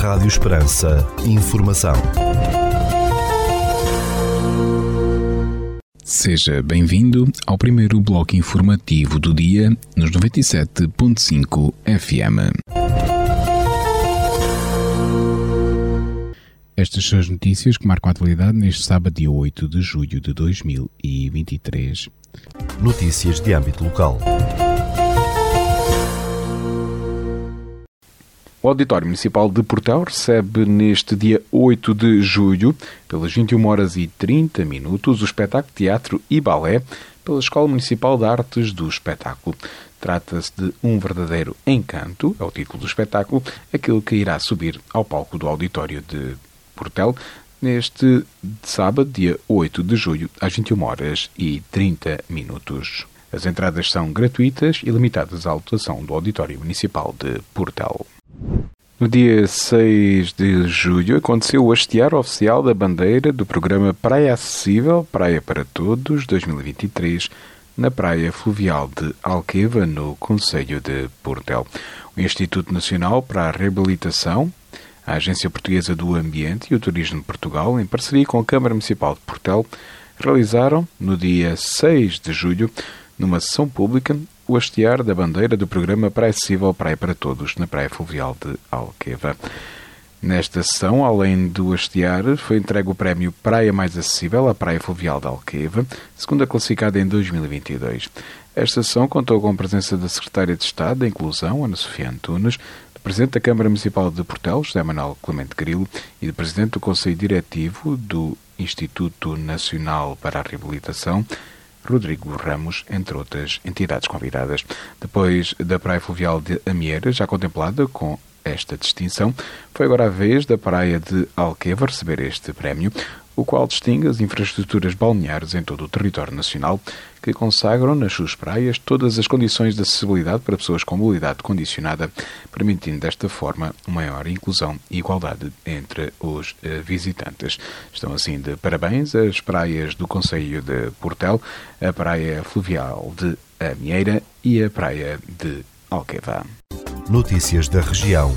Rádio Esperança. Informação. Seja bem-vindo ao primeiro bloco informativo do dia nos 97.5 FM. Estas são as notícias que marcam a atualidade neste sábado, dia 8 de julho de 2023. Notícias de âmbito local. O Auditório Municipal de Portel recebe neste dia 8 de julho, pelas 21h30, o espetáculo Teatro e Balé pela Escola Municipal de Artes do Espetáculo. Trata-se de um verdadeiro encanto, é o título do espetáculo, aquele que irá subir ao palco do Auditório de Portel neste sábado, dia 8 de julho, às 21h30. As entradas são gratuitas e limitadas à lotação do Auditório Municipal de Portel. No dia 6 de julho aconteceu o hastear oficial da bandeira do programa Praia Acessível, Praia para Todos 2023, na Praia Fluvial de Alqueva, no concelho de Portel. O Instituto Nacional para a Reabilitação, a Agência Portuguesa do Ambiente e o Turismo de Portugal, em parceria com a Câmara Municipal de Portel, realizaram, no dia 6 de julho, numa sessão pública, o hastear da bandeira do programa Praia Acessível, Praia para Todos, na Praia Fluvial de Alqueva. Nesta sessão, além do hastear, foi entregue o prémio Praia Mais Acessível à Praia Fluvial de Alqueva, segunda classificada em 2022. Esta sessão contou com a presença da Secretária de Estado da Inclusão, Ana Sofia Antunes, do Presidente da Câmara Municipal de Portel, José Manuel Clemente Grilo, e do Presidente do Conselho Diretivo do Instituto Nacional para a Reabilitação, Rodrigo Ramos, entre outras entidades convidadas. Depois da Praia Fluvial de Amieira, já contemplada com esta distinção, foi agora a vez da Praia de Alqueva receber este prémio, o qual distingue as infraestruturas balneares em todo o território nacional, que consagram nas suas praias todas as condições de acessibilidade para pessoas com mobilidade condicionada, permitindo desta forma uma maior inclusão e igualdade entre os visitantes. Estão assim de parabéns as praias do concelho de Portel, a Praia Fluvial de Amieira e a Praia de Alqueva. Notícias da região.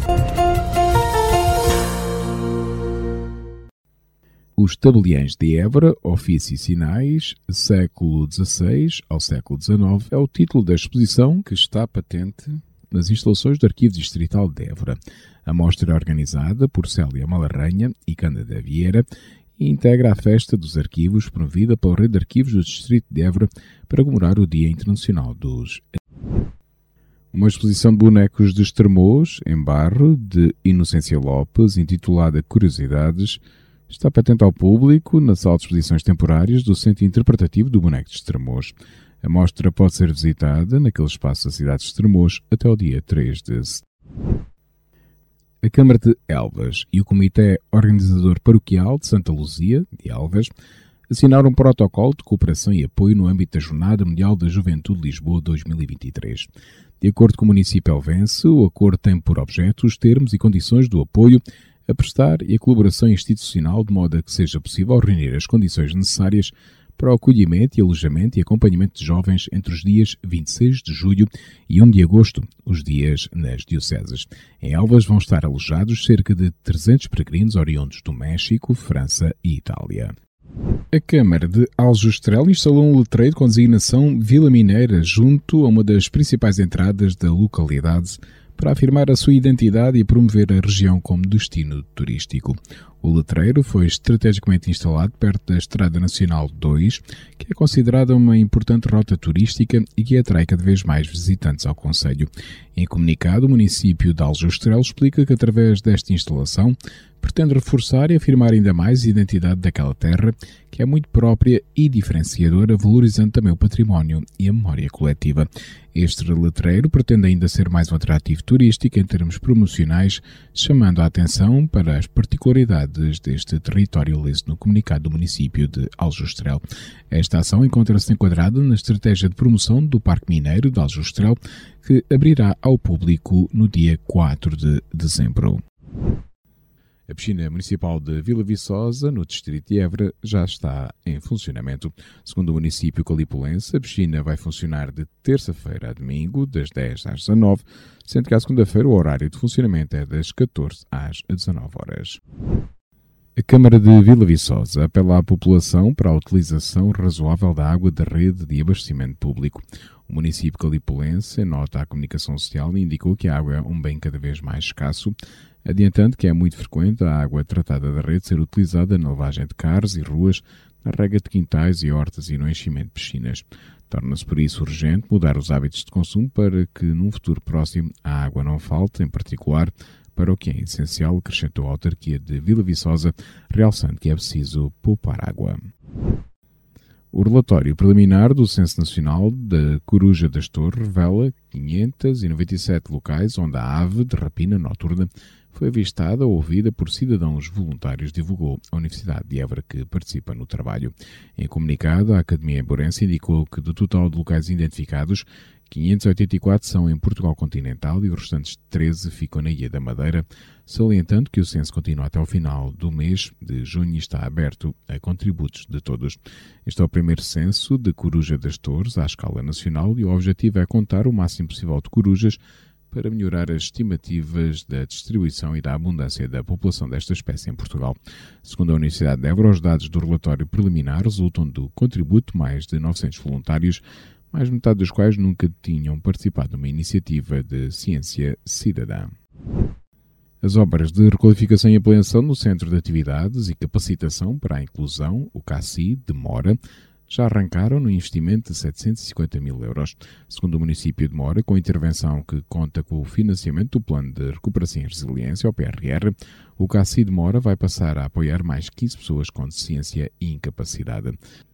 Os Tabeliães de Évora, Ofício e Sinais, século XVI ao século XIX, é o título da exposição que está patente nas instalações do Arquivo Distrital de Évora. A mostra é organizada por Célia Malarranha e Cândida Vieira e integra a Festa dos Arquivos, promovida pela Rede de Arquivos do Distrito de Évora para comemorar o Dia Internacional dos Arquivos. Uma exposição de bonecos de Estremoz, em barro, de Inocência Lopes, intitulada Curiosidades, está patente ao público na sala de exposições temporárias do Centro Interpretativo do Boneco de Estremoz. A mostra pode ser visitada naquele espaço da cidade de Estremoz até o dia 3 de setembro. A Câmara de Elvas e o Comitê Organizador Paroquial de Santa Luzia, de Elvas, assinaram um protocolo de cooperação e apoio no âmbito da Jornada Mundial da Juventude de Lisboa 2023. De acordo com o município elvense, o acordo tem por objeto os termos e condições do apoio a prestar e a colaboração institucional de modo a que seja possível reunir as condições necessárias para o acolhimento e alojamento e acompanhamento de jovens entre os dias 26 de julho e 1 de agosto, os dias nas dioceses. Em Elvas vão estar alojados cerca de 300 peregrinos oriundos do México, França e Itália. A Câmara de Aljustrel instalou um letreiro com designação Vila Mineira junto a uma das principais entradas da localidade para afirmar a sua identidade e promover a região como destino turístico. O letreiro foi estrategicamente instalado perto da Estrada Nacional 2, que é considerada uma importante rota turística e que atrai cada vez mais visitantes ao concelho. Em comunicado, o município de Aljustrel explica que através desta instalação pretende reforçar e afirmar ainda mais a identidade daquela terra, que é muito própria e diferenciadora, valorizando também o património e a memória coletiva. Este letreiro pretende ainda ser mais um atrativo turístico em termos promocionais, chamando a atenção para as particularidades deste território, lê-se no comunicado do município de Aljustrel. Esta ação encontra-se enquadrada na estratégia de promoção do Parque Mineiro de Aljustrel, que abrirá ao público no dia 4 de dezembro. A piscina municipal de Vila Viçosa, no distrito de Évora, já está em funcionamento. Segundo o município calipulense, a piscina vai funcionar de terça-feira a domingo, das 10 às 19, sendo que à segunda-feira o horário de funcionamento é das 14 às 19 horas. A Câmara de Vila Viçosa apela à população para a utilização razoável da água da rede de abastecimento público. O município calipulense, em nota à comunicação social, indicou que a água é um bem cada vez mais escasso, adiantando que é muito frequente a água tratada da rede ser utilizada na lavagem de carros e ruas, na rega de quintais e hortas e no enchimento de piscinas. Torna-se por isso urgente mudar os hábitos de consumo para que, num futuro próximo, a água não falte, em particular para o que é essencial, acrescentou a autarquia de Vila Viçosa, realçando que é preciso poupar água. O relatório preliminar do Censo Nacional da Coruja das Torres revela 597 locais onde a ave de rapina noturna foi avistada ou ouvida por cidadãos voluntários, divulgou a Universidade de Évora, que participa no trabalho. Em comunicado, a Academia Eiborense indicou que do total de locais identificados, 584 são em Portugal continental e os restantes 13 ficam na Ilha da Madeira, salientando que o censo continua até ao final do mês de junho e está aberto a contributos de todos. Este é o primeiro censo de coruja das torres à escala nacional e o objetivo é contar o máximo possível de corujas para melhorar as estimativas da distribuição e da abundância da população desta espécie em Portugal. Segundo a Universidade de Évora, os dados do relatório preliminar resultam do contributo mais de 900 voluntários, mais metade dos quais nunca tinham participado numa iniciativa de ciência cidadã. As obras de requalificação e ampliação no Centro de Atividades e Capacitação para a Inclusão, o CACI, de Mora, já arrancaram no investimento de 750 mil euros. Segundo o município de Mora, com a intervenção que conta com o financiamento do Plano de Recuperação e Resiliência, o PRR, o CACI de Mora vai passar a apoiar mais 15 pessoas com deficiência e incapacidade.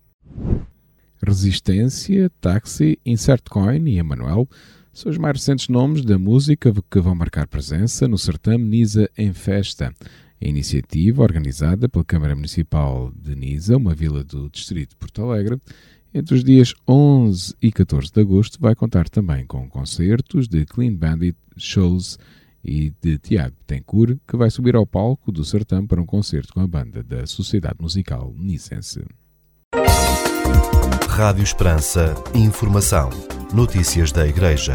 Resistência, Táxi, Incertcoin e Emanuel são os mais recentes nomes da música que vão marcar presença no certame Nisa em Festa. A iniciativa, organizada pela Câmara Municipal de Nisa, uma vila do distrito de Porto Alegre, entre os dias 11 e 14 de agosto, vai contar também com concertos de Clean Bandit, shows e de Tiago Betancourt, que vai subir ao palco do certame para um concerto com a banda da Sociedade Musical Nicense. Rádio Esperança. Informação. Notícias da Igreja.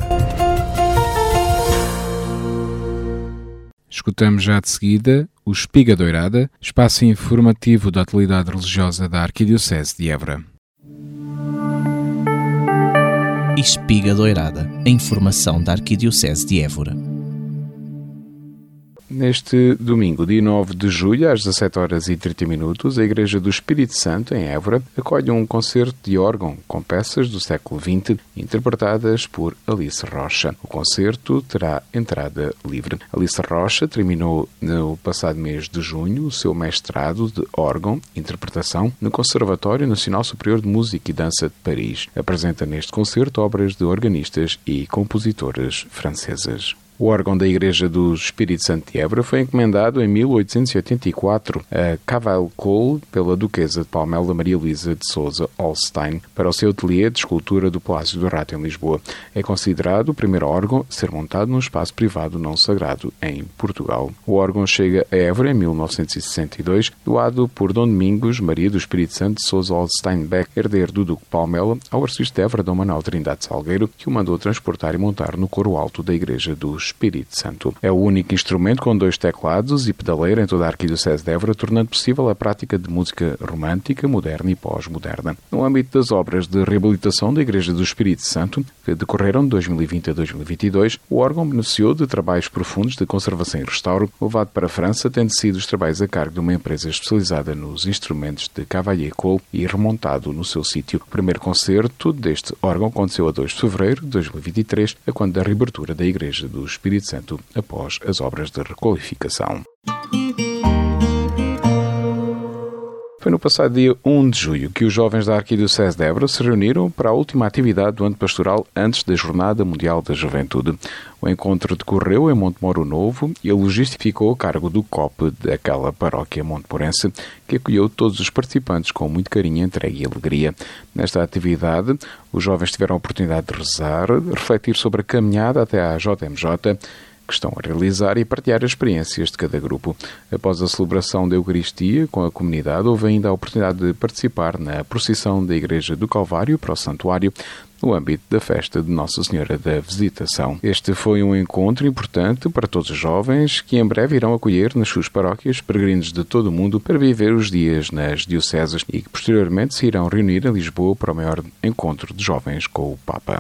Escutamos já de seguida o Espiga Doirada, espaço informativo da atualidade religiosa da Arquidiocese de Évora. Espiga Doirada, a informação da Arquidiocese de Évora. Neste domingo, dia 9 de julho, às 17h30, a Igreja do Espírito Santo, em Évora, acolhe um concerto de órgão com peças do século XX, interpretadas por Alice Rocha. O concerto terá entrada livre. Alice Rocha terminou no passado mês de junho o seu mestrado de órgão e interpretação no Conservatório Nacional Superior de Música e Dança de Paris. Apresenta neste concerto obras de organistas e compositores francesas. O órgão da Igreja do Espírito Santo de Évora foi encomendado em 1884 a Cavaille-Coll pela Duquesa de Palmela Maria Luísa de Sousa Holstein para o seu ateliê de escultura do Palácio do Rato em Lisboa. É considerado o primeiro órgão a ser montado num espaço privado não sagrado em Portugal. O órgão chega a Évora em 1962, doado por Dom Domingos Maria do Espírito Santo de Sousa Holstein Beck, herdeiro do Duque de Palmela, ao arcebispo de Évora Dom Manuel Trindade Salgueiro, que o mandou transportar e montar no coro alto da Igreja do Espírito Santo. É o único instrumento com 2 teclados e pedaleira em toda a Arquidiocese de Évora, tornando possível a prática de música romântica, moderna e pós-moderna. No âmbito das obras de reabilitação da Igreja do Espírito Santo, que decorreram de 2020 a 2022, o órgão beneficiou de trabalhos profundos de conservação e restauro, levado para a França, tendo sido os trabalhos a cargo de uma empresa especializada nos instrumentos de Cavaille-Coll e remontado no seu sítio. O primeiro concerto deste órgão aconteceu a 2 de fevereiro de 2023, a quando da reabertura da Igreja do Espírito Santo após as obras de requalificação. Foi no passado dia 1 de julho que os jovens da Arquidiocese de Évora se reuniram para a última atividade do ano pastoral antes da Jornada Mundial da Juventude. O encontro decorreu em Montemoro Novo e a logística ficou a cargo do COP daquela paróquia montemorense, que acolheu todos os participantes com muito carinho, entrega e alegria. Nesta atividade, os jovens tiveram a oportunidade de rezar, refletir sobre a caminhada até à JMJ que estão a realizar e partilhar as experiências de cada grupo. Após a celebração da Eucaristia com a comunidade, houve ainda a oportunidade de participar na procissão da Igreja do Calvário para o Santuário, no âmbito da festa de Nossa Senhora da Visitação. Este foi um encontro importante para todos os jovens que em breve irão acolher nas suas paróquias peregrinos de todo o mundo para viver os dias nas dioceses e que posteriormente se irão reunir em Lisboa para o maior encontro de jovens com o Papa.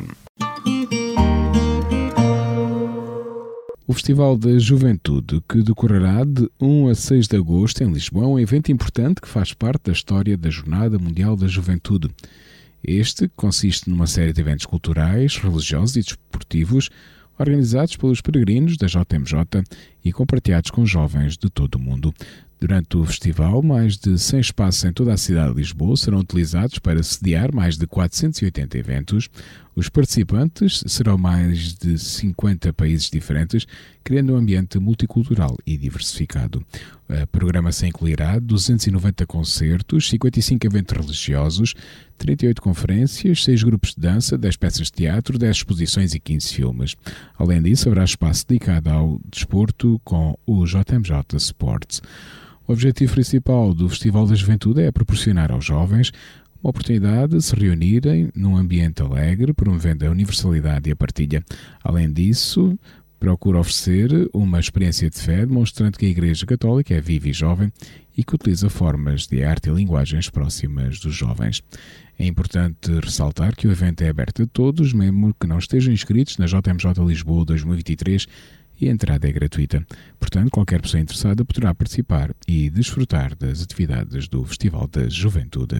O Festival da Juventude, que decorrerá de 1 a 6 de agosto em Lisboa, é um evento importante que faz parte da história da Jornada Mundial da Juventude. Este consiste numa série de eventos culturais, religiosos e desportivos organizados pelos peregrinos da JMJ e compartilhados com jovens de todo o mundo. Durante o festival, mais de 100 espaços em toda a cidade de Lisboa serão utilizados para sediar mais de 480 eventos. Os participantes serão mais de 50 países diferentes, criando um ambiente multicultural e diversificado. A programação incluirá 290 concertos, 55 eventos religiosos, 38 conferências, 6 grupos de dança, 10 peças de teatro, 10 exposições e 15 filmes. Além disso, haverá espaço dedicado ao desporto com o JMJ Sports. O objetivo principal do Festival da Juventude é proporcionar aos jovens uma oportunidade de se reunirem num ambiente alegre, promovendo a universalidade e a partilha. Além disso, procura oferecer uma experiência de fé, demonstrando que a Igreja Católica é viva e jovem e que utiliza formas de arte e linguagens próximas dos jovens. É importante ressaltar que o evento é aberto a todos, mesmo que não estejam inscritos na JMJ Lisboa 2023, e a entrada é gratuita. Portanto, qualquer pessoa interessada poderá participar e desfrutar das atividades do Festival da Juventude.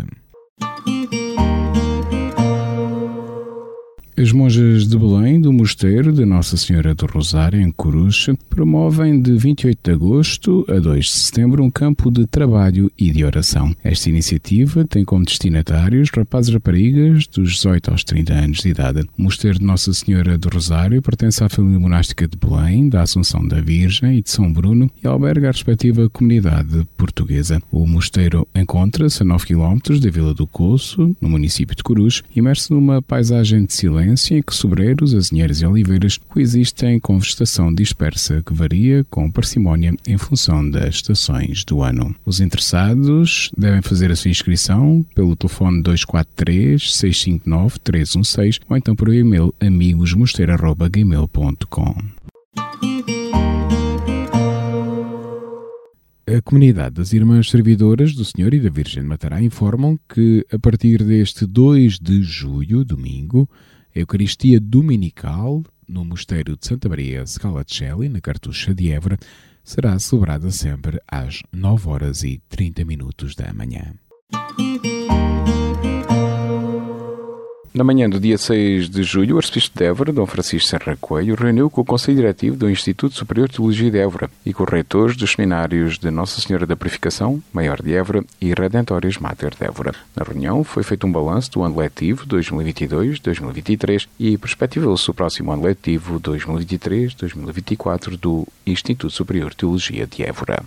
As monjas de Belém, do Mosteiro de Nossa Senhora do Rosário, em Coruche, promovem de 28 de agosto a 2 de setembro um campo de trabalho e de oração. Esta iniciativa tem como destinatários rapazes e raparigas dos 18 aos 30 anos de idade. O Mosteiro de Nossa Senhora do Rosário pertence à família monástica de Belém, da Assunção da Virgem e de São Bruno e alberga a respectiva comunidade portuguesa. O mosteiro encontra-se a 9 km da Vila do Coço, no município de Coruche, imerso numa paisagem de silêncio em que sobreiros, azinheiros e oliveiras coexistem com vegetação dispersa que varia com parcimónia em função das estações do ano. Os interessados devem fazer a sua inscrição pelo telefone 243 659 316 ou então por e-mail amigosmosteiro@gmail.com. A comunidade das Irmãs Servidoras do Senhor e da Virgem de Matará informam que, a partir deste 2 de julho, domingo, a Eucaristia Dominical, no Mosteiro de Santa Maria Scalacelli, na Cartucha de Évora, será celebrada sempre às 9h30 da manhã. Na manhã do dia 6 de julho, o arcebispo de Évora, Dom Francisco Serra Coelho, reuniu com o Conselho Diretivo do Instituto Superior de Teologia de Évora e com os reitores dos seminários de Nossa Senhora da Purificação, Maior de Évora e Redentoris Mater de Évora. Na reunião foi feito um balanço do ano letivo 2022-2023 e perspectivou-se o próximo ano letivo 2023-2024 do Instituto Superior de Teologia de Évora.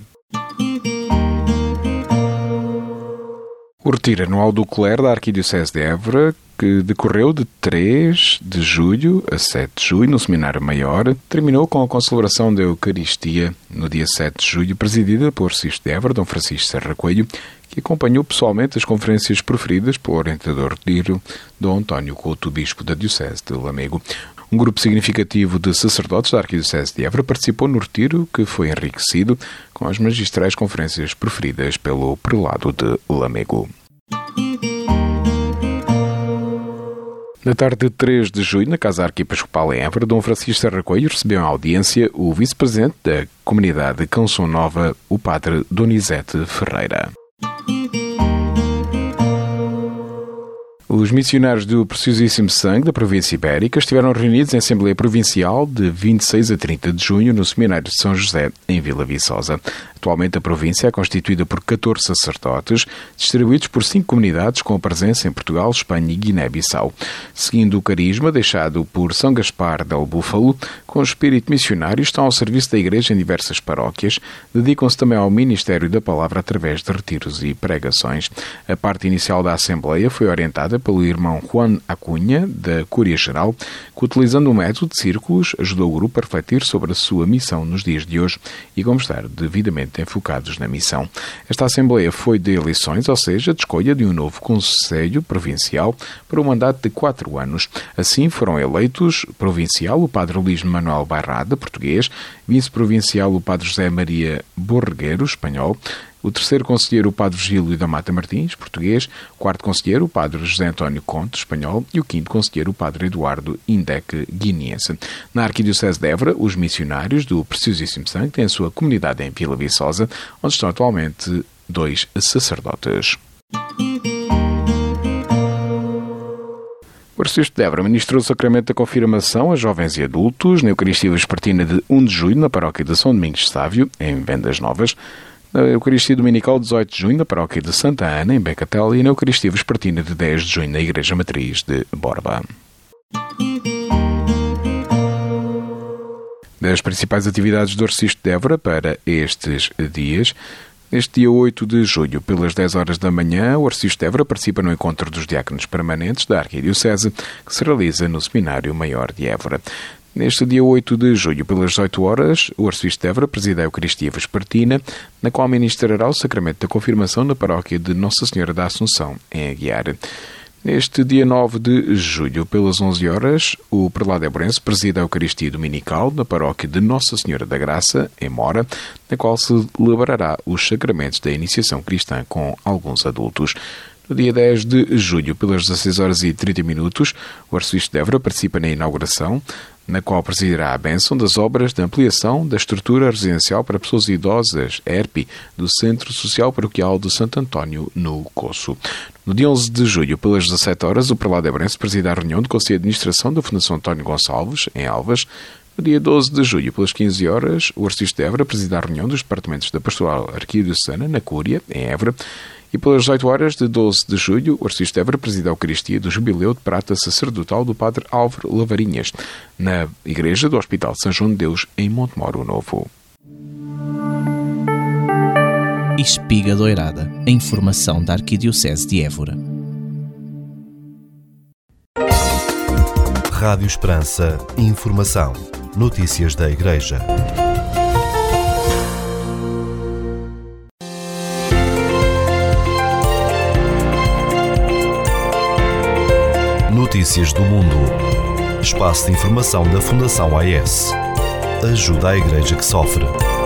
O retiro anual do clero da Arquidiocese de Évora, que decorreu de 3 de julho a 7 de julho no Seminário Maior, terminou com a concelebração da Eucaristia no dia 7 de julho, presidida pelo arcebispo de Évora, Dom Francisco Serra Coelho, que acompanhou pessoalmente as conferências proferidas pelo orientador de retiro, Dom António Couto, bispo da Diocese de Lamego. Um grupo significativo de sacerdotes da Arquidiocese de Évora participou no retiro, que foi enriquecido com as magistrais conferências proferidas pelo prelado de Lamego. Na tarde de 3 de julho, na Casa Arquiepiscopal em Évora, Dom Francisco Serra Coelho recebeu em audiência o vice-presidente da comunidade de Canção Nova, o padre Donizete Ferreira. Os missionários do Preciosíssimo Sangue da província ibérica estiveram reunidos em Assembleia Provincial de 26 a 30 de junho no Seminário de São José, em Vila Viçosa. Atualmente a província é constituída por 14 sacerdotes, distribuídos por 5 comunidades com a presença em Portugal, Espanha e Guiné-Bissau. Seguindo o carisma deixado por São Gaspar del Búfalo, com o espírito missionário estão ao serviço da Igreja em diversas paróquias, dedicam-se também ao ministério da palavra através de retiros e pregações. A parte inicial da Assembleia foi orientada liderada pelo irmão Juan Acunha, da Cúria-Geral, que, utilizando o método de círculos, ajudou o grupo a refletir sobre a sua missão nos dias de hoje e como estar devidamente enfocados na missão. Esta Assembleia foi de eleições, ou seja, de escolha de um novo Conselho Provincial para um mandato de 4 anos. Assim foram eleitos provincial o Padre Luís Manuel Bairrada, português, vice-provincial o Padre José Maria Borregueiro, espanhol, o terceiro conselheiro o Padre Virgílio da Mata Martins, português, o quarto conselheiro o Padre José António Conte, espanhol, e o quinto conselheiro o Padre Eduardo Indec, guineense. Na Arquidiocese de Évora, os missionários do Preciosíssimo Sangue têm a sua comunidade em Vila Viçosa, onde estão atualmente 2 sacerdotes. O Arcebispo de Évora ministrou o sacramento da confirmação a jovens e adultos na Eucaristia Vespertina de 1 de julho na paróquia de São Domingos de Sávio, em Vendas Novas, na Eucaristia Dominical de 18 de junho na paróquia de Santa Ana, em Becatel, e na Eucaristia Vespertina de 10 de junho na Igreja Matriz de Borba. Das principais atividades do Arcebispo de Évora para estes dias: neste dia 8 de julho, pelas 10 horas da manhã, o Arcebispo de Évora participa no encontro dos diáconos permanentes da Arquidiocese, que se realiza no Seminário Maior de Évora. Neste dia 8 de julho, pelas 18 horas, o Arcebispo de Évora preside a Eucaristia Vespertina, na qual ministrará o sacramento da confirmação na paróquia de Nossa Senhora da Assunção, em Aguiar. Neste dia 9 de julho, pelas 11 horas, o prelado évorense preside a Eucaristia Dominical na paróquia de Nossa Senhora da Graça, em Mora, na qual se celebrará os sacramentos da iniciação cristã com alguns adultos. No dia 10 de julho, pelas 16 horas e 30 minutos, o Arcebispo de Évora participa na inauguração, na qual presidirá a bênção das obras de ampliação da estrutura residencial para pessoas idosas, ERPI, do Centro Social Paroquial de Santo António, no Coço. No dia 11 de julho, pelas 17 horas, o prelado évrense preside a reunião do Conselho de Administração da Fundação António Gonçalves, em Alvas. No dia 12 de julho, pelas 15 horas, o Arcebispo de Évora preside a reunião dos departamentos da Pastoral Arquidiocesana, na Cúria, em Évora. E pelas 18 horas de 12 de julho, o Arcebispo de Évora preside a Eucaristia do Jubileu de Prata Sacerdotal do Padre Álvaro Lavarinhas, na Igreja do Hospital de São João de Deus, em Montemoro Novo. Espiga Doirada, a informação da Arquidiocese de Évora. Rádio Esperança, informação, notícias da Igreja. Notícias do Mundo. Espaço de informação da Fundação AES. Ajuda à Igreja que sofre.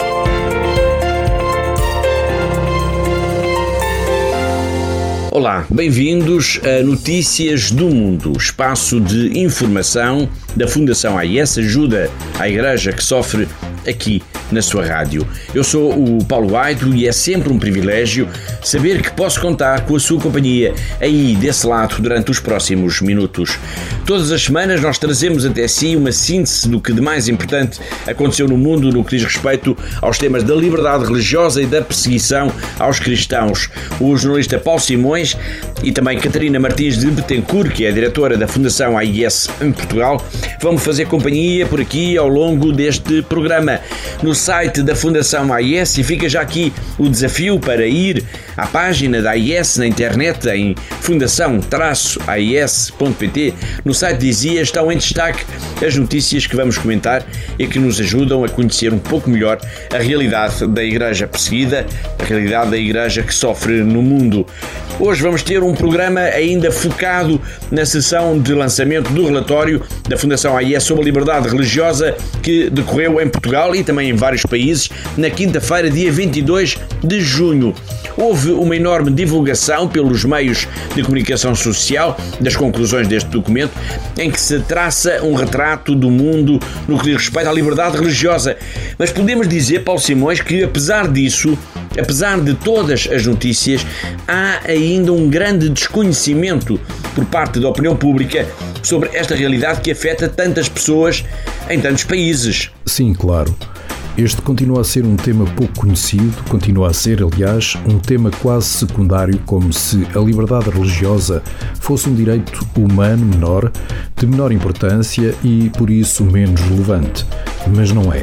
Olá, bem-vindos a Notícias do Mundo, espaço de informação da Fundação AES Ajuda à Igreja que Sofre, aqui na sua rádio. Eu sou o Paulo Aito e é sempre um privilégio saber que posso contar com a sua companhia aí desse lado durante os próximos minutos. Todas as semanas nós trazemos até si uma síntese do que de mais importante aconteceu no mundo no que diz respeito aos temas da liberdade religiosa e da perseguição aos cristãos. O jornalista Paulo Simões e também Catarina Martins de Betancourt, que é a diretora da Fundação AES em Portugal, vão fazer companhia por aqui ao longo deste programa. No site da Fundação AES, e fica já aqui o desafio para ir à página da AES na internet em fundação-aes.pt. No site dizia, estão em destaque as notícias que vamos comentar e que nos ajudam a conhecer um pouco melhor a realidade da Igreja perseguida, a realidade da Igreja que sofre no mundo. Hoje vamos ter um programa ainda focado na sessão de lançamento do relatório da Fundação AES sobre a liberdade religiosa que decorreu em Portugal e também em vários países na quinta-feira, dia 22 de junho. Houve uma enorme divulgação pelos meios de comunicação social das conclusões deste documento, em que se traça um retrato do mundo no que diz respeito à liberdade religiosa. Mas podemos dizer, Paulo Simões, que apesar disso, apesar de todas as notícias, há ainda um grande desconhecimento por parte da opinião pública sobre esta realidade que afeta tantas pessoas em tantos países. Sim, claro. Este continua a ser um tema pouco conhecido, continua a ser, aliás, um tema quase secundário, como se a liberdade religiosa fosse um direito humano menor, de menor importância e, por isso, menos relevante. Mas não é.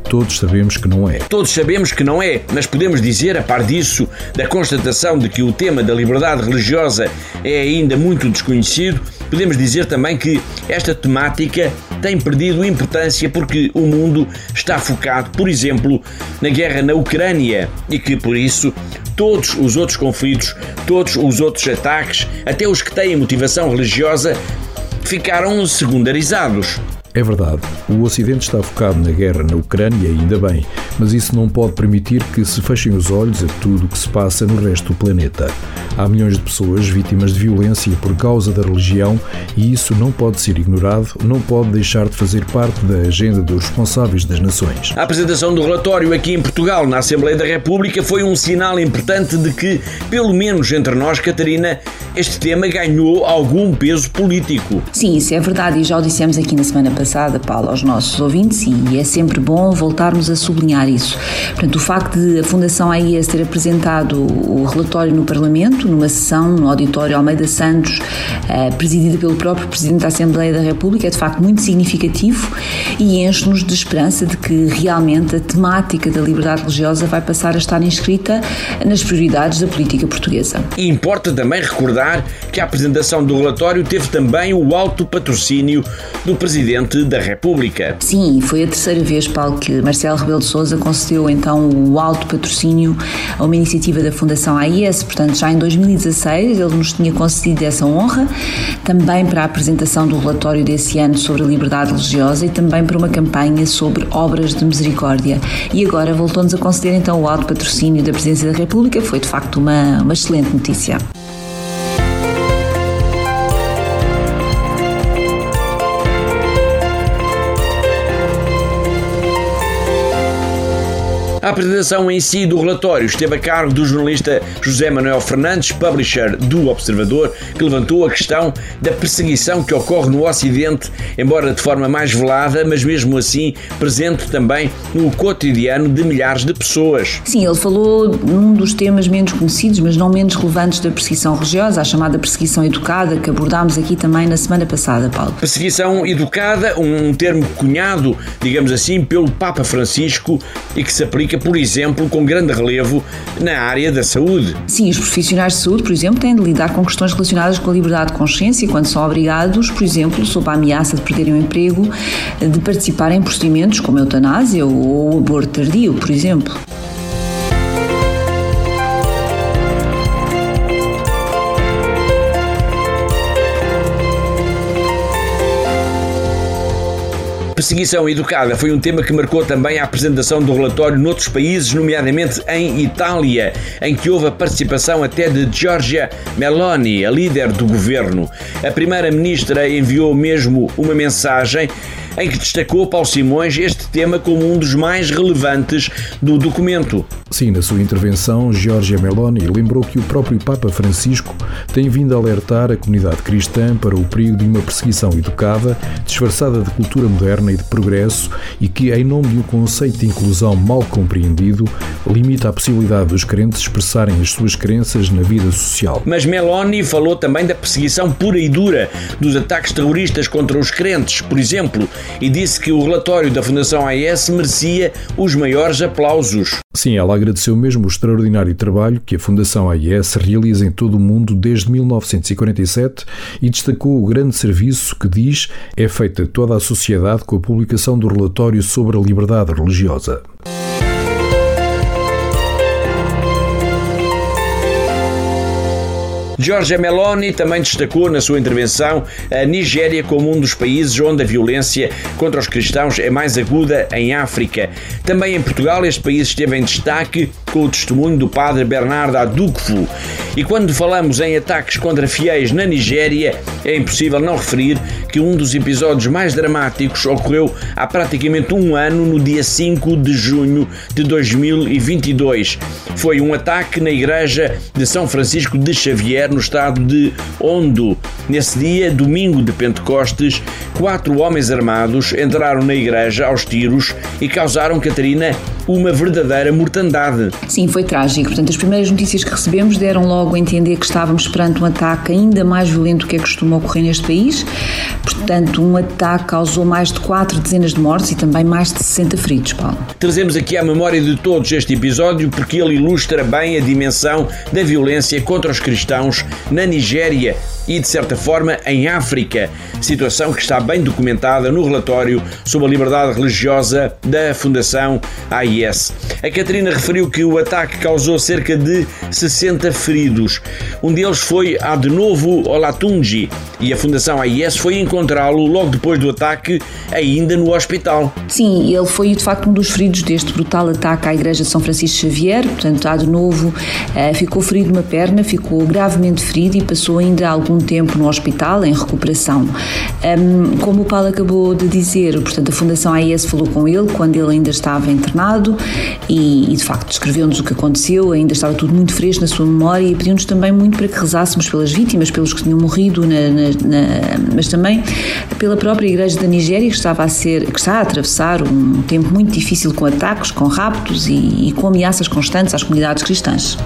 todos sabemos que não é. Todos sabemos que não é, mas podemos dizer, a par disso, da constatação de que o tema da liberdade religiosa é ainda muito desconhecido, podemos dizer também que esta temática tem perdido importância porque o mundo está focado, por exemplo, na guerra na Ucrânia e que, por isso, todos os outros conflitos, todos os outros ataques, até os que têm motivação religiosa, ficaram secundarizados. É verdade, o Ocidente está focado na guerra na Ucrânia, e ainda bem, mas isso não pode permitir que se fechem os olhos a tudo o que se passa no resto do planeta. Há milhões de pessoas vítimas de violência por causa da religião e isso não pode ser ignorado, não pode deixar de fazer parte da agenda dos responsáveis das nações. A apresentação do relatório aqui em Portugal, na Assembleia da República, foi um sinal importante de que, pelo menos entre nós, Catarina, este tema ganhou algum peso político. Sim, isso é verdade e já o dissemos aqui na semana passada, Paulo, aos nossos ouvintes, e é sempre bom voltarmos a sublinhar isso. Portanto, o facto de a Fundação AIS ter apresentado o relatório no Parlamento, numa sessão no auditório Almeida Santos, presidida pelo próprio Presidente da Assembleia da República, é de facto muito significativo e enche-nos de esperança de que realmente a temática da liberdade religiosa vai passar a estar inscrita nas prioridades da política portuguesa. E importa também recordar que a apresentação do relatório teve também o alto patrocínio do Presidente da República. Sim, foi a terceira vez, Paulo, que Marcelo Rebelo de Sousa concedeu então o alto patrocínio a uma iniciativa da Fundação AIS. Portanto, já em 2016 ele nos tinha concedido essa honra, também para a apresentação do relatório desse ano sobre a liberdade religiosa e também para uma campanha sobre obras de misericórdia. E agora voltou-nos a conceder então o alto patrocínio da Presidência da República. Foi de facto uma excelente notícia. A apresentação em si do relatório esteve a cargo do jornalista José Manuel Fernandes, publisher do Observador, que levantou a questão da perseguição que ocorre no Ocidente, embora de forma mais velada, mas mesmo assim presente também no cotidiano de milhares de pessoas. Sim, ele falou num dos temas menos conhecidos, mas não menos relevantes da perseguição religiosa, a chamada perseguição educada, que abordámos aqui também na semana passada, Paulo. Perseguição educada, um termo cunhado, digamos assim, pelo Papa Francisco e que se aplica, por exemplo, com grande relevo na área da saúde. Sim, os profissionais de saúde, por exemplo, têm de lidar com questões relacionadas com a liberdade de consciência quando são obrigados, por exemplo, sob a ameaça de perderem o emprego, de participar em procedimentos como a eutanásia ou o aborto tardio, por exemplo. Perseguição educada foi um tema que marcou também a apresentação do relatório noutros países, nomeadamente em Itália, em que houve a participação até de Giorgia Meloni, a líder do governo. A primeira-ministra enviou mesmo uma mensagem em que destacou, Paulo Simões, este tema como um dos mais relevantes do documento. Sim, na sua intervenção, Giorgia Meloni lembrou que o próprio Papa Francisco tem vindo a alertar a comunidade cristã para o perigo de uma perseguição educada, disfarçada de cultura moderna e de progresso, e que, em nome de um conceito de inclusão mal compreendido, limita a possibilidade dos crentes expressarem as suas crenças na vida social. Mas Meloni falou também da perseguição pura e dura dos ataques terroristas contra os crentes, por exemplo, e disse que o relatório da Fundação AIS merecia os maiores aplausos. Sim, ela agradeceu mesmo o extraordinário trabalho que a Fundação AIS realiza em todo o mundo desde 1947 e destacou o grande serviço que, diz, é feito a toda a sociedade com a publicação do relatório sobre a liberdade religiosa. Giorgia Meloni também destacou na sua intervenção a Nigéria como um dos países onde a violência contra os cristãos é mais aguda em África. Também em Portugal este país esteve em destaque com o testemunho do padre Bernardo Adukwu. E quando falamos em ataques contra fiéis na Nigéria, é impossível não referir que um dos episódios mais dramáticos ocorreu há praticamente um ano, no dia 5 de junho de 2022. Foi um ataque na igreja de São Francisco de Xavier, no estado de Ondo. Nesse dia, domingo de Pentecostes, 4 homens armados entraram na igreja aos tiros e causaram, Catarina, uma verdadeira mortandade. Sim, foi trágico. Portanto, as primeiras notícias que recebemos deram logo a entender que estávamos perante um ataque ainda mais violento do que costuma ocorrer neste país. Portanto, um ataque causou mais de 4 dezenas de mortes e também mais de 60 feridos, Paulo. Trazemos aqui à memória de todos este episódio porque ele ilustra bem a dimensão da violência contra os cristãos na Nigéria e, de certa forma, em África, situação que está bem documentada no relatório sobre a liberdade religiosa da Fundação AIS. A Catarina referiu que o ataque causou cerca de 60 feridos. Um deles foi Adenovo Olatunji e a Fundação AIS foi encontrá-lo logo depois do ataque, ainda no hospital. Sim, ele foi de facto um dos feridos deste brutal ataque à Igreja de São Francisco Xavier. Portanto, Adenovo ficou ferido numa perna, ficou gravemente ferido e passou ainda algum tempo no hospital em recuperação. Como o Paulo acabou de dizer, portanto, a Fundação AIS falou com ele quando ele ainda estava internado e de facto descreveu-nos o que aconteceu, ainda estava tudo muito fresco na sua memória e pediu-nos também muito para que rezássemos pelas vítimas, pelos que tinham morrido, mas também pela própria Igreja da Nigéria que está a atravessar um tempo muito difícil com ataques, com raptos e com ameaças constantes às comunidades cristãs.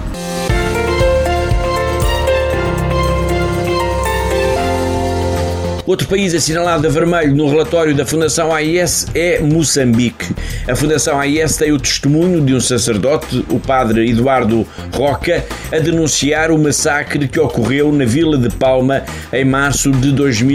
Outro país assinalado a vermelho no relatório da Fundação AIS é Moçambique. A Fundação AIS tem o testemunho de um sacerdote, o padre Eduardo Roca, a denunciar o massacre que ocorreu na vila de Palma em março de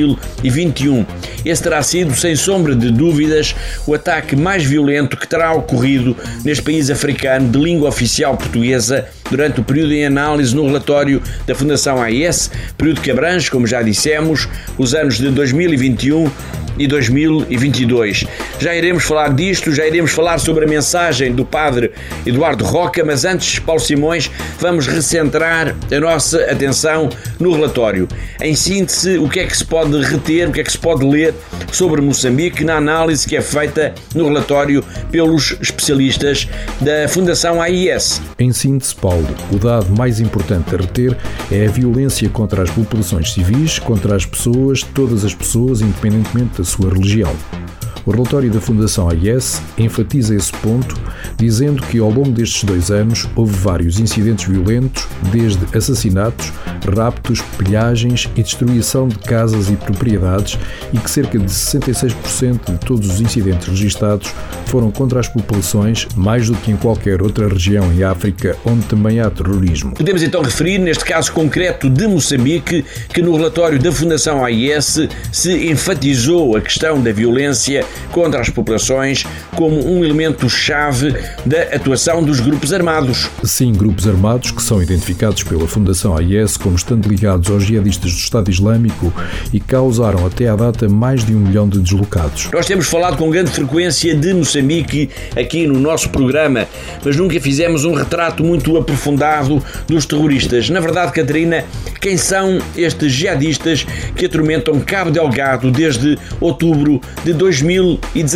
2021. Esse terá sido, sem sombra de dúvidas, o ataque mais violento que terá ocorrido neste país africano de língua oficial portuguesa durante o período em análise no relatório da Fundação AIS, período que abrange, como já dissemos, os anos de 2021 e 2022. Já iremos falar disto, já iremos falar sobre a mensagem do padre Eduardo Roca, mas antes, Paulo Simões, vamos recentrar a nossa atenção no relatório. Em síntese, o que é que se pode reter, o que é que se pode ler sobre Moçambique na análise que é feita no relatório pelos especialistas da Fundação AIS? Em síntese, Paulo, o dado mais importante a reter é a violência contra as populações civis, contra as pessoas, todas as pessoas, independentemente da sua religião. O relatório da Fundação AIS enfatiza esse ponto, dizendo que ao longo destes 2 anos houve vários incidentes violentos, desde assassinatos, raptos, pilhagens e destruição de casas e propriedades, e que cerca de 66% de todos os incidentes registados foram contra as populações, mais do que em qualquer outra região em África onde também há terrorismo. Podemos então referir, neste caso concreto de Moçambique, que no relatório da Fundação AIS se enfatizou a questão da violência contra as populações como um elemento-chave da atuação dos grupos armados. Sim, grupos armados que são identificados pela Fundação AIS como estando ligados aos jihadistas do Estado Islâmico e causaram até à data mais de 1 milhão de deslocados. Nós temos falado com grande frequência de Moçambique aqui no nosso programa, mas nunca fizemos um retrato muito aprofundado dos terroristas. Na verdade, Catarina, quem são estes jihadistas que atormentam Cabo Delgado desde outubro de 2017?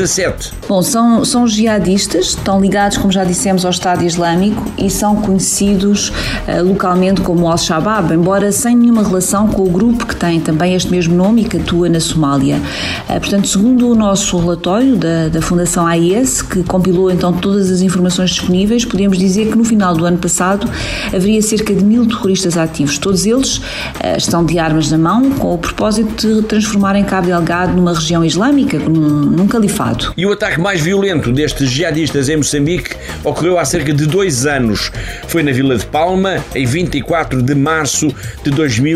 Bom, são jihadistas, estão ligados, como já dissemos, ao Estado Islâmico e são conhecidos localmente como Al-Shabaab, embora sem nenhuma relação com o grupo que tem também este mesmo nome e que atua na Somália. Portanto, segundo o nosso relatório da Fundação AIS, que compilou então todas as informações disponíveis, podemos dizer que no final do ano passado haveria cerca de 1000 terroristas ativos. Todos eles estão de armas na mão, com o propósito de transformarem Cabo Delgado numa região islâmica, num califado. E o ataque mais violento destes jihadistas em Moçambique ocorreu há cerca de 2 anos. Foi na Vila de Palma, em 24 de março de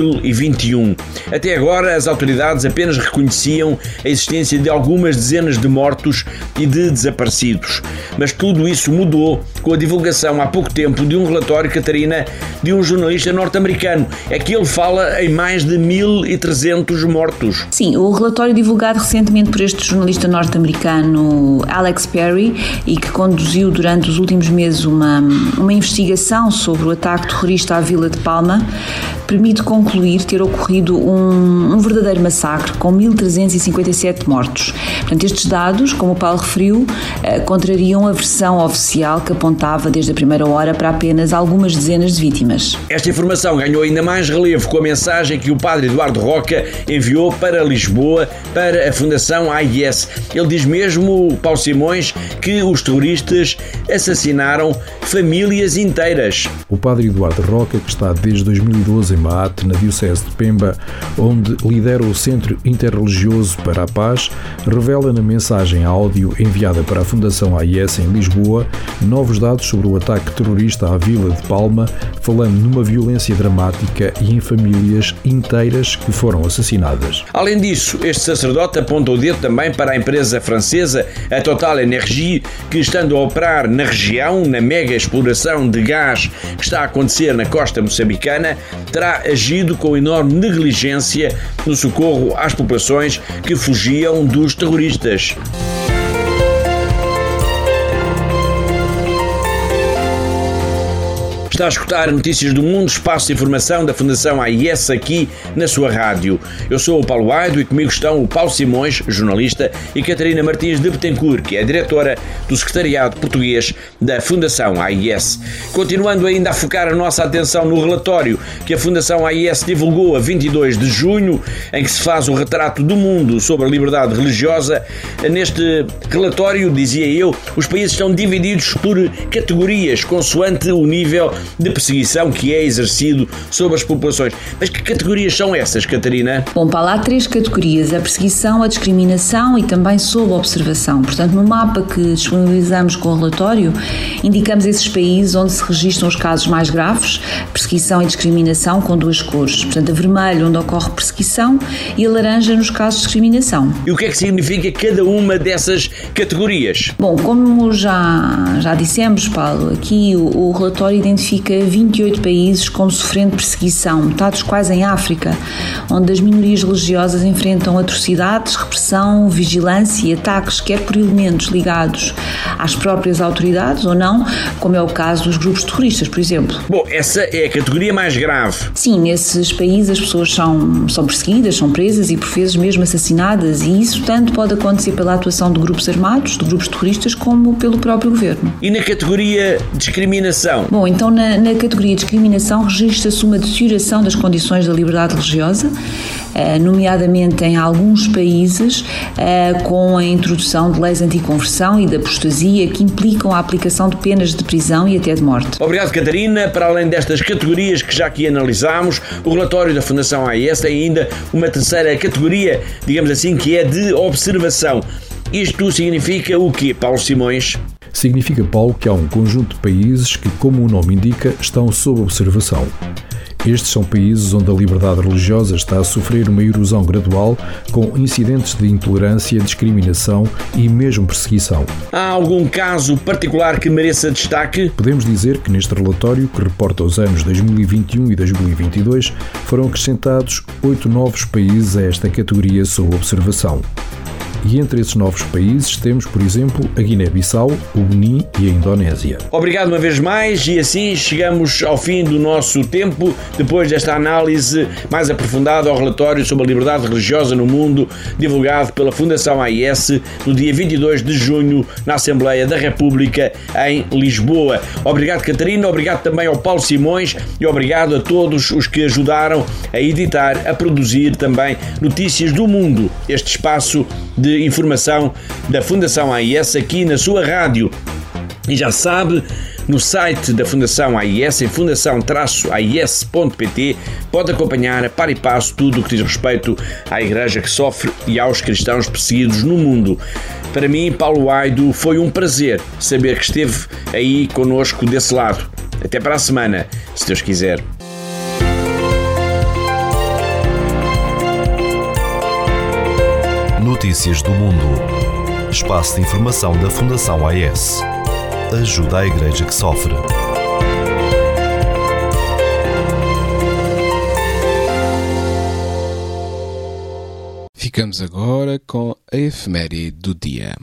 2021. Até agora, as autoridades apenas reconheciam a existência de algumas dezenas de mortos e de desaparecidos. Mas tudo isso mudou com a divulgação há pouco tempo de um relatório, Catarina, de um jornalista norte-americano. É que ele fala em mais de 1300 mortos. Sim, o relatório divulgado recentemente por este jornalista norte-americano Alex Perry e que conduziu durante os últimos meses uma investigação sobre o ataque terrorista à Vila de Palma, permite concluir ter ocorrido um verdadeiro massacre com 1.357 mortos. Portanto, estes dados, como o Paulo referiu, contrariam a versão oficial que apontava desde a primeira hora para apenas algumas dezenas de vítimas. Esta informação ganhou ainda mais relevo com a mensagem que o padre Eduardo Roca enviou para Lisboa, para a Fundação AIS. Ele diz mesmo, Paulo Simões, que os terroristas assassinaram famílias inteiras. O padre Eduardo Roca, que está desde 2012 em Maate, na Diocese de Pemba, onde lidera o Centro Interreligioso para a Paz, revela na mensagem áudio enviada para a Fundação AIS em Lisboa novos dados sobre o ataque terrorista à Vila de Palma, falando numa violência dramática e em famílias inteiras que foram assassinadas. Além disso, este sacerdote aponta o dedo também para a empresa francesa, a Total Energie, que estando a operar na região, na mega exploração de gás que está a acontecer na costa moçambicana, terá agido com enorme negligência no socorro às populações que fugiam dos terroristas. Está a escutar Notícias do Mundo, espaço de informação da Fundação AIS aqui na sua rádio. Eu sou o Paulo Aido e comigo estão o Paulo Simões, jornalista, e Catarina Martins de Betancourt, que é a diretora do Secretariado Português da Fundação AIS. Continuando ainda a focar a nossa atenção no relatório que a Fundação AIS divulgou a 22 de junho, em que se faz o retrato do mundo sobre a liberdade religiosa. Neste relatório, dizia eu, os países estão divididos por categorias, consoante o nível de perseguição que é exercido sobre as populações. Mas que categorias são essas, Catarina? Bom, para lá há 3 categorias: a perseguição, a discriminação e também sob observação. Portanto, no mapa que disponibilizamos com o relatório, indicamos esses países onde se registram os casos mais graves, perseguição e discriminação, com 2 cores. Portanto, a vermelho onde ocorre perseguição e a laranja nos casos de discriminação. E o que é que significa cada uma dessas categorias? Bom, como já dissemos, Paulo, aqui o relatório identifica 28 países como sofrendo perseguição, metade dos quais em África, onde as minorias religiosas enfrentam atrocidades, repressão, vigilância e ataques, quer por elementos ligados às próprias autoridades ou não, como é o caso dos grupos terroristas, por exemplo. Bom, essa é a categoria mais grave. Sim, nesses países as pessoas são perseguidas, são presas e por vezes mesmo assassinadas, e isso tanto pode acontecer pela atuação de grupos armados, de grupos terroristas, como pelo próprio governo. E na categoria discriminação? Bom, então na categoria discriminação registra-se uma deterioração das condições da liberdade religiosa, nomeadamente em alguns países, com a introdução de leis anticonversão e de apostasia que implicam a aplicação de penas de prisão e até de morte. Obrigado, Catarina. Para além destas categorias que já aqui analisámos, o relatório da Fundação AIS tem ainda uma terceira categoria, digamos assim, que é de observação. Isto significa o quê, Paulo Simões? Significa, Paulo, que há um conjunto de países que, como o nome indica, estão sob observação. Estes são países onde a liberdade religiosa está a sofrer uma erosão gradual, com incidentes de intolerância, discriminação e mesmo perseguição. Há algum caso particular que mereça destaque? Podemos dizer que neste relatório, que reporta os anos 2021 e 2022, foram acrescentados 8 novos países a esta categoria sob observação. E entre esses novos países temos, por exemplo, a Guiné-Bissau, o Benin e a Indonésia. Obrigado uma vez mais, e assim chegamos ao fim do nosso tempo, depois desta análise mais aprofundada ao relatório sobre a liberdade religiosa no mundo, divulgado pela Fundação AIS no dia 22 de junho na Assembleia da República em Lisboa. Obrigado, Catarina, obrigado também ao Paulo Simões e obrigado a todos os que ajudaram a editar, a produzir também Notícias do Mundo, este espaço de informação da Fundação AIS aqui na sua rádio. E já sabe, no site da Fundação AIS, em fundação-ais.pt, pode acompanhar a par e passo tudo o que diz respeito à Igreja que sofre e aos cristãos perseguidos no mundo. Para mim, Paulo Aido, foi um prazer saber que esteve aí connosco desse lado. Até para a semana, se Deus quiser. Notícias do Mundo. Espaço de informação da Fundação AIS. Ajuda a Igreja que sofre. Ficamos agora com a efeméride do dia.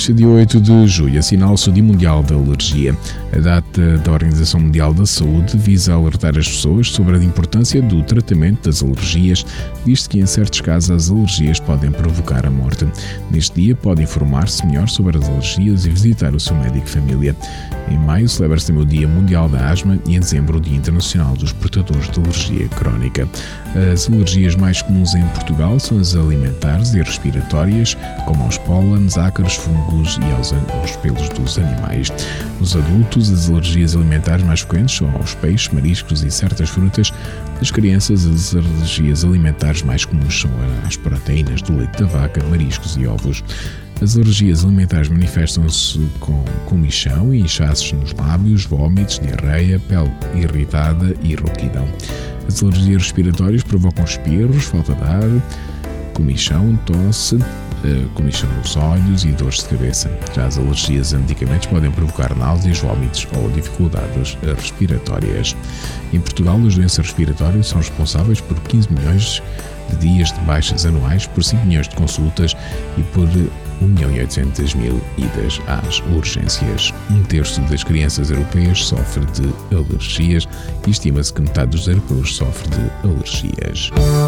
Neste dia 8 de julho assinala-se o Dia Mundial da Alergia. A data da Organização Mundial da Saúde visa alertar as pessoas sobre a importância do tratamento das alergias, visto que em certos casos as alergias podem provocar a morte. Neste dia pode informar-se melhor sobre as alergias e visitar o seu médico de família. Em maio celebra-se também o Dia Mundial da Asma e em dezembro o Dia Internacional dos Portadores de Alergia Crónica. As alergias mais comuns em Portugal são as alimentares e respiratórias, como aos pólenes, ácaros, fungos e aos pelos dos animais. Nos adultos, as alergias alimentares mais frequentes são aos peixes, mariscos e certas frutas. Nas crianças, as alergias alimentares mais comuns são às proteínas do leite da vaca, mariscos e ovos. As alergias alimentares manifestam-se com comichão e inchaços nos lábios, vômitos, diarreia, pele irritada e rouquidão. As alergias respiratórias provocam espirros, falta de ar, comichão, tosse, comichão nos olhos e dores de cabeça. Já as alergias a medicamentos podem provocar náuseas, vômitos ou dificuldades respiratórias. Em Portugal, as doenças respiratórias são responsáveis por 15 milhões de dias de baixas anuais, por 5 milhões de consultas e por 1.800.000 idas às urgências. 1/3 das crianças europeias sofre de alergias e estima-se que metade dos europeus sofre de alergias.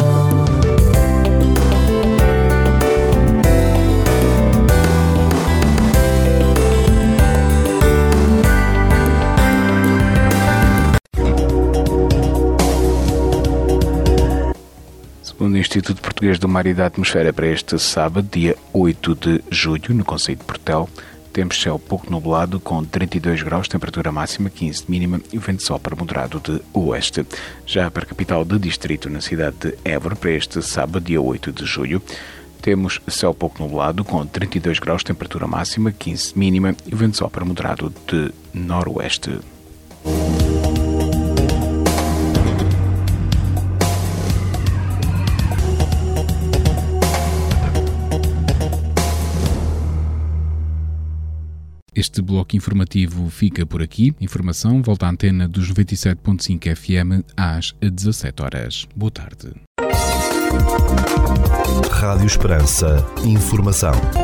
Segundo o Instituto Português do Mar e da Atmosfera, para este sábado, dia 8 de julho, no concelho de Portel, temos céu pouco nublado com 32 graus, temperatura máxima, 15 de mínima e o vento sopra moderado de oeste. Já para a capital do distrito, na cidade de Évora, para este sábado, dia 8 de julho, temos céu pouco nublado com 32 graus, temperatura máxima, 15 de mínima e o vento sopra moderado de noroeste. Este bloco informativo fica por aqui. Informação volta à antena dos 97.5 FM às 17 horas. Boa tarde. Rádio Esperança. Informação.